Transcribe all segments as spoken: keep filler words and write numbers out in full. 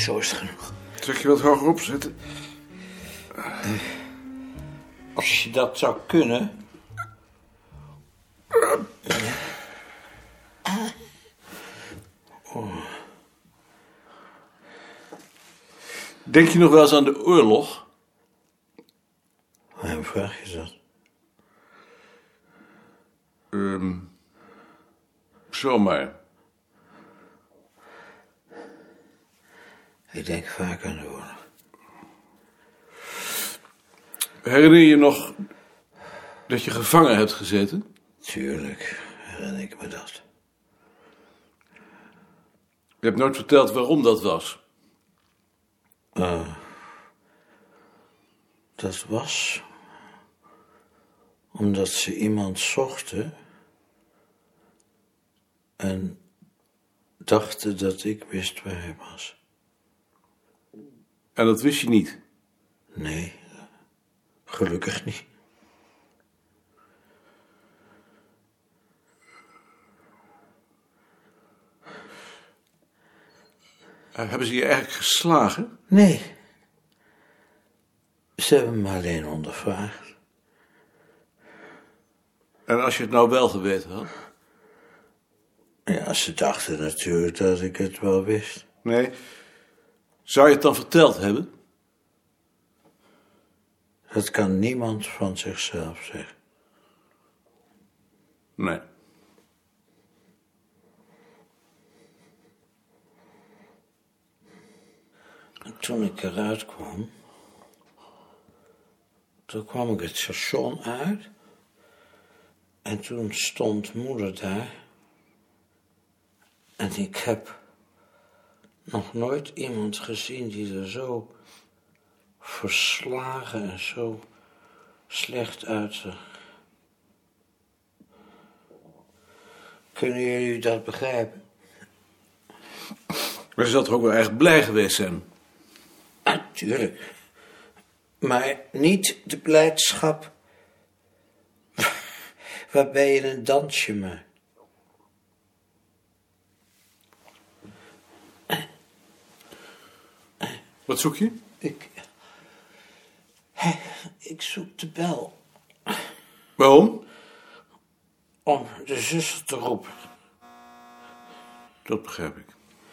Zo is het genoeg. Zeg je wat hoger opzetten? Uh, als je dat zou kunnen... Ja. Oh. Denk je nog wel eens aan de oorlog? Waarom vraag je dat? Um, zomaar. Ik denk vaak aan de oorlog. Herinner je je nog dat je gevangen hebt gezeten? Tuurlijk, herinner ik me dat. Je hebt nooit verteld waarom dat was. Uh, dat was... omdat ze iemand zochten... en dachten dat ik wist waar hij was. En dat wist je niet? Nee, gelukkig niet. Uh, hebben ze je eigenlijk geslagen? Nee. Ze hebben me alleen ondervraagd. En als je het nou wel geweten had? Ja, ze dachten natuurlijk dat ik het wel wist. Nee. Zou je het dan verteld hebben? Dat kan niemand van zichzelf zeggen. Nee. En toen ik eruit kwam... toen kwam ik het station uit... en toen stond moeder daar... en ik heb nog nooit iemand gezien die er zo verslagen en zo slecht uitzag. Kunnen jullie dat begrijpen? Maar ze zal toch ook wel erg blij geweest zijn? Natuurlijk. Maar niet de blijdschap waarbij je een dansje maakt. Wat zoek je? Ik... Ik zoek de bel. Waarom? Om de zuster te roepen. Dat begrijp ik.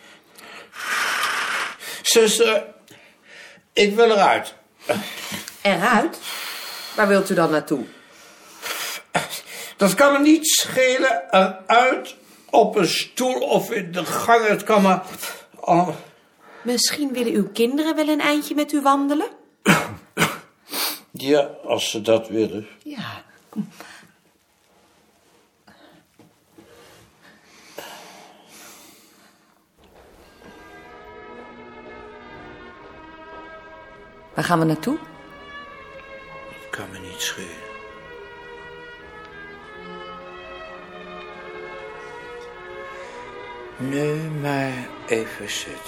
Zuster, ik wil eruit. Eruit? Waar wilt u dan naartoe? Dat kan me niet schelen. Eruit, op een stoel of in de gang. Het kan me... Oh. Misschien willen uw kinderen wel een eindje met u wandelen? Ja, als ze dat willen. Ja, kom. Waar gaan we naartoe? Dat kan me niet schelen. Nu maar even zitten.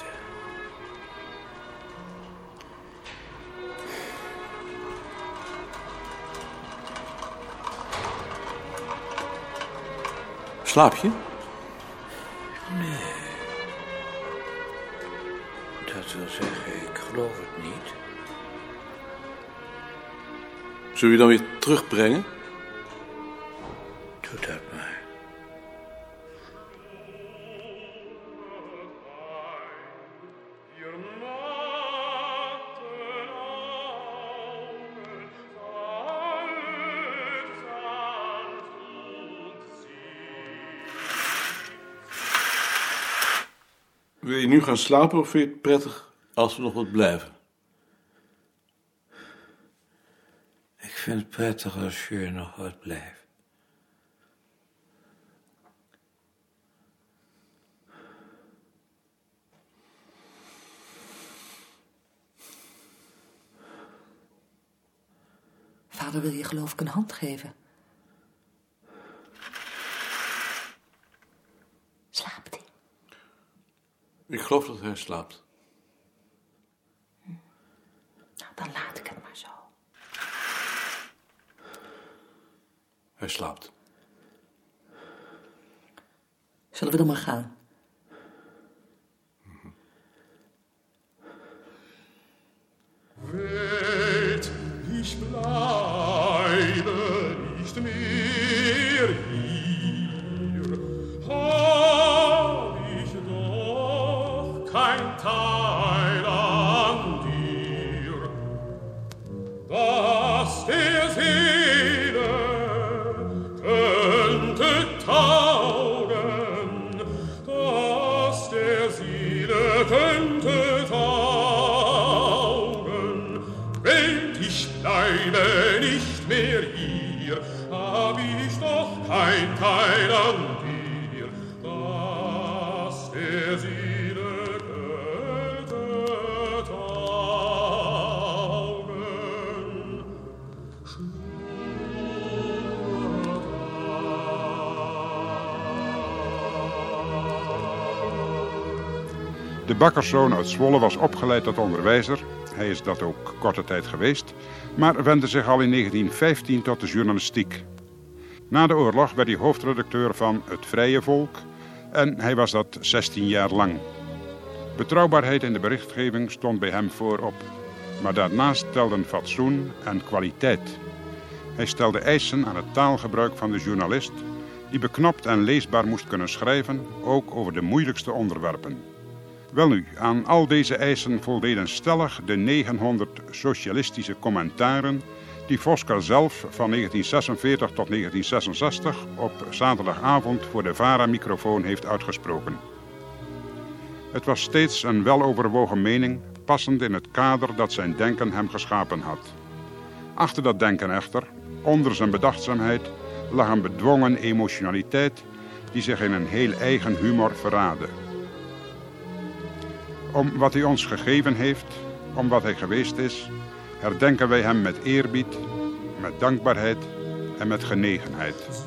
Slaap je? Nee. Dat wil zeggen, ik geloof het niet. Zullen we je dan weer terugbrengen? Doe dat maar. Wil je nu gaan slapen of vind je het prettig als we nog wat blijven? Ik vind het prettig als je er nog wat blijft. Vader wil je geloof ik een hand geven. Slaapt hij? Ik geloof dat hij slaapt. Nou, dan laat ik het maar zo. Hij slaapt. Zullen we dan maar gaan? bleibe nicht mehr hier, hab ich doch kein Teil an dir, dass der Seele könnte taugen, dass der Seele könnte taugen, wenn ich bleibe nicht mehr hier, hab ich doch kein Teil an dir, dass der Seele könnte taugen. De bakkerszoon uit Zwolle was opgeleid tot onderwijzer. Hij is dat ook korte tijd geweest, maar wendde zich al in negentien vijftien tot de journalistiek. Na de oorlog werd hij hoofdredacteur van Het Vrije Volk en hij was dat zestien jaar lang. Betrouwbaarheid in de berichtgeving stond bij hem voorop, maar daarnaast telden fatsoen en kwaliteit. Hij stelde eisen aan het taalgebruik van de journalist, die beknopt en leesbaar moest kunnen schrijven, ook over de moeilijkste onderwerpen. Welnu, aan al deze eisen voldeden stellig de negenhonderd socialistische commentaren die Voskel zelf van negentien zesenveertig tot negentien zesenzestig op zaterdagavond voor de VARA-microfoon heeft uitgesproken. Het was steeds een weloverwogen mening, passend in het kader dat zijn denken hem geschapen had. Achter dat denken echter, onder zijn bedachtzaamheid, lag een bedwongen emotionaliteit die zich in een heel eigen humor verraadde. Om wat hij ons gegeven heeft, om wat hij geweest is, herdenken wij hem met eerbied, met dankbaarheid en met genegenheid.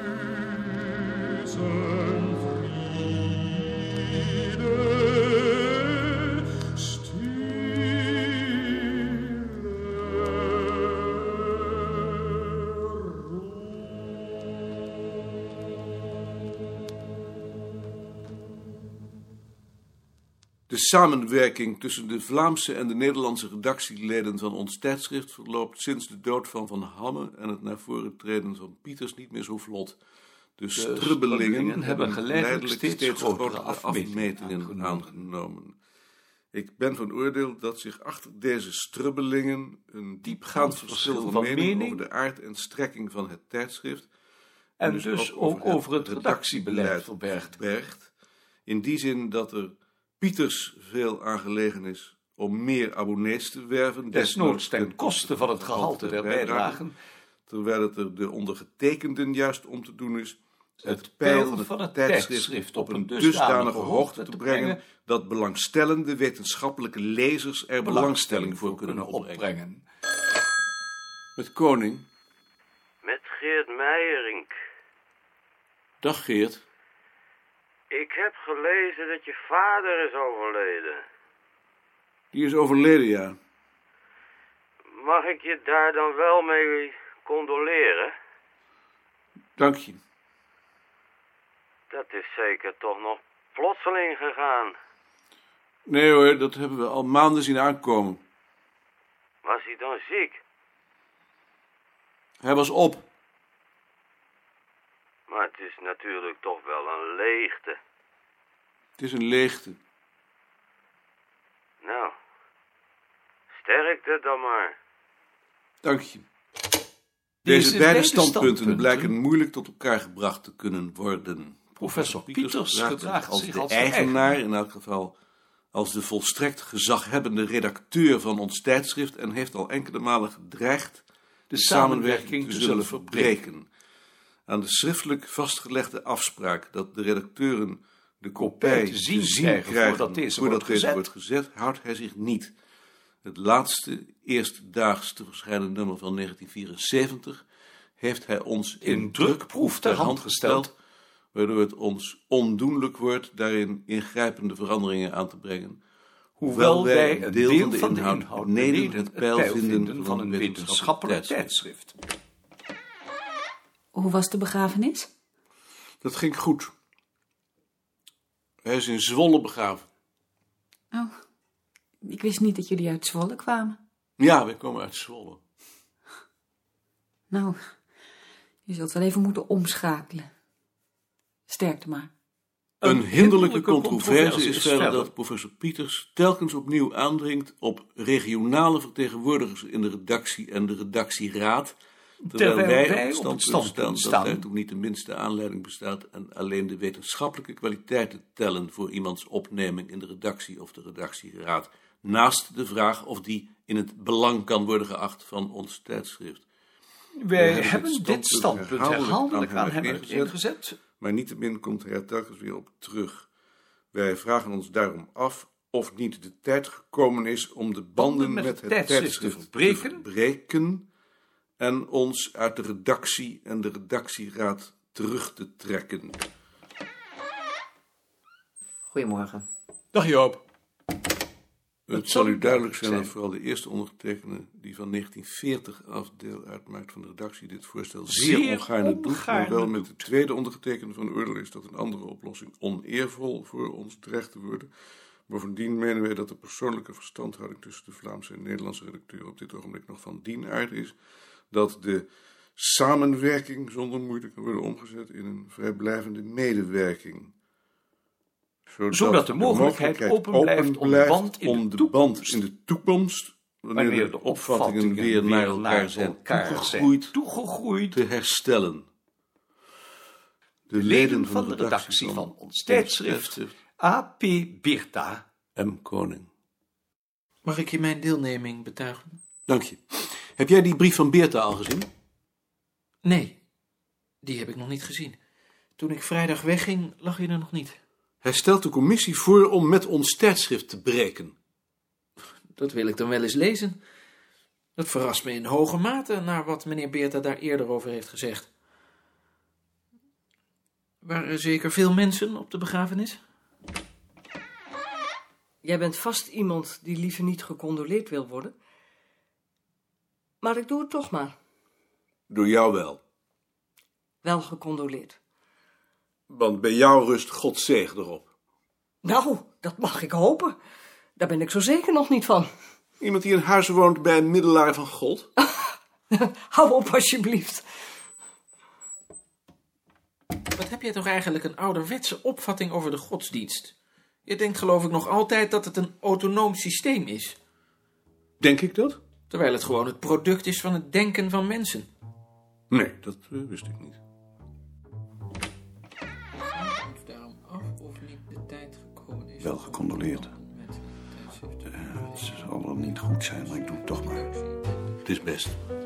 De samenwerking tussen de Vlaamse en de Nederlandse redactieleden van ons tijdschrift verloopt sinds de dood van Van Hamme en het naar voren treden van Pieters niet meer zo vlot. De, de strubbelingen hebben geleidelijk steeds, steeds grotere afmetingen aangenomen. aangenomen. Ik ben van oordeel dat zich achter deze strubbelingen een diepgaand verschil van mening, mening over de aard en strekking van het tijdschrift en, en dus, dus ook over het, over het redactiebeleid verbergt. verbergt. In die zin dat er Pieters veel aangelegen is om meer abonnees te werven, desnoods ten koste van het gehalte der bijdragen, terwijl het er de ondergetekenden juist om te doen is het peil van het tijdschrift op een dusdanige hoogte te brengen dat belangstellende wetenschappelijke lezers er belangstelling voor kunnen opbrengen. Met Koning. Met Geert Meijerink. Dag Geert. Ik heb gelezen dat je vader is overleden. Die is overleden, ja. Mag ik je daar dan wel mee condoleren? Dank je. Dat is zeker toch nog plotseling gegaan. Nee hoor, dat hebben we al maanden zien aankomen. Was hij dan ziek? Hij was op. Maar het is natuurlijk toch wel een leegte. Het is een leegte. Nou, sterkte dan maar. Dank je. Deze beide standpunten blijken moeilijk tot elkaar gebracht te kunnen worden. Professor Pieters gedraagt als zich de als eigenaar, in elk geval als de volstrekt gezaghebbende redacteur van ons tijdschrift en heeft al enkele malen gedreigd de samenwerking te zullen verbreken. Aan de schriftelijk vastgelegde afspraak dat de redacteuren de kopij te zien, te zien krijgen, krijgen voordat deze, voordat wordt, deze gezet. wordt gezet, houdt hij zich niet. Het laatste, eerstdaags te verschijnen nummer van negentien vierenzeventig heeft hij ons in, in drukproef ter hand gesteld, waardoor het ons ondoenlijk wordt daarin ingrijpende veranderingen aan te brengen, hoewel, hoewel wij een deel, deel van de inhoud, inhoud beneden het peil vinden, vinden van een wetenschappelijk tijdschrift. Hoe was de begrafenis? Dat ging goed. Hij is in Zwolle begraven. Oh, ik wist niet dat jullie uit Zwolle kwamen. Ja, wij komen uit Zwolle. Nou, je zult wel even moeten omschakelen. Sterkte maar. Een, een hinderlijke controverse is verder dat professor Pieters telkens opnieuw aandringt op regionale vertegenwoordigers in de redactie en de redactieraad, terwijl, terwijl wij, wij op het standpunt staan, staan dat daartoe niet de minste aanleiding bestaat en alleen de wetenschappelijke kwaliteiten tellen voor iemands opneming in de redactie of de redactieraad, naast de vraag of die in het belang kan worden geacht van ons tijdschrift. Wij hebben, hebben dit standpunt herhaaldelijk aan hem ingezet. Maar niettemin komt hij er telkens weer op terug. Wij vragen ons daarom af of niet de tijd gekomen is om de banden, banden met, met het tijdschrift, tijdschrift te, verbreken. te verbreken en ons uit de redactie en de redactieraad terug te trekken. Goedemorgen. Dag Joop. Het zal u duidelijk zijn dat vooral de eerste ondergetekende, die van negentien veertig af deel uitmaakt van de redactie, dit voorstel zeer, zeer ongaarne doet, maar wel met de tweede ondergetekende van oordeel is dat een andere oplossing oneervol voor ons terecht te worden. Bovendien menen wij dat de persoonlijke verstandhouding tussen de Vlaamse en Nederlandse redacteur op dit ogenblik nog van dien aard is, dat de samenwerking zonder moeite kan worden omgezet in een vrijblijvende medewerking. Zodat, Zodat de mogelijkheid, de mogelijkheid open blijft om de band in, om de, de, band in de toekomst, wanneer, wanneer de opvattingen weer naar elkaar zijn toegegroeid, toegegroeid, te herstellen. De, de leden van de redactie van, van ons tijdschrift, A P Beerta, M. Koning. Mag ik je mijn deelneming betuigen? Dank je. Heb jij die brief van Beerta al gezien? Nee, die heb ik nog niet gezien. Toen ik vrijdag wegging, lag je er nog niet. Hij stelt de commissie voor om met ons tijdschrift te breken. Dat wil ik dan wel eens lezen. Dat verrast me in hoge mate naar wat meneer Beerta daar eerder over heeft gezegd. Waren er zeker veel mensen op de begrafenis? Jij bent vast iemand die liever niet gecondoleerd wil worden. Maar ik doe het toch maar. Door jou wel. Wel gecondoleerd. Want bij jou rust Gods zegen erop. Nou, dat mag ik hopen. Daar ben ik zo zeker nog niet van. Iemand die in huis woont bij een middelaar van God? Hou op alsjeblieft. Wat heb jij toch eigenlijk een ouderwetse opvatting over de godsdienst? Je denkt geloof ik nog altijd dat het een autonoom systeem is. Denk ik dat? Terwijl het gewoon het product is van het denken van mensen. Nee, dat uh, wist ik niet. Wel gecondoleerd. Uh, het zal wel niet goed zijn, maar ik doe het toch maar. Het is best.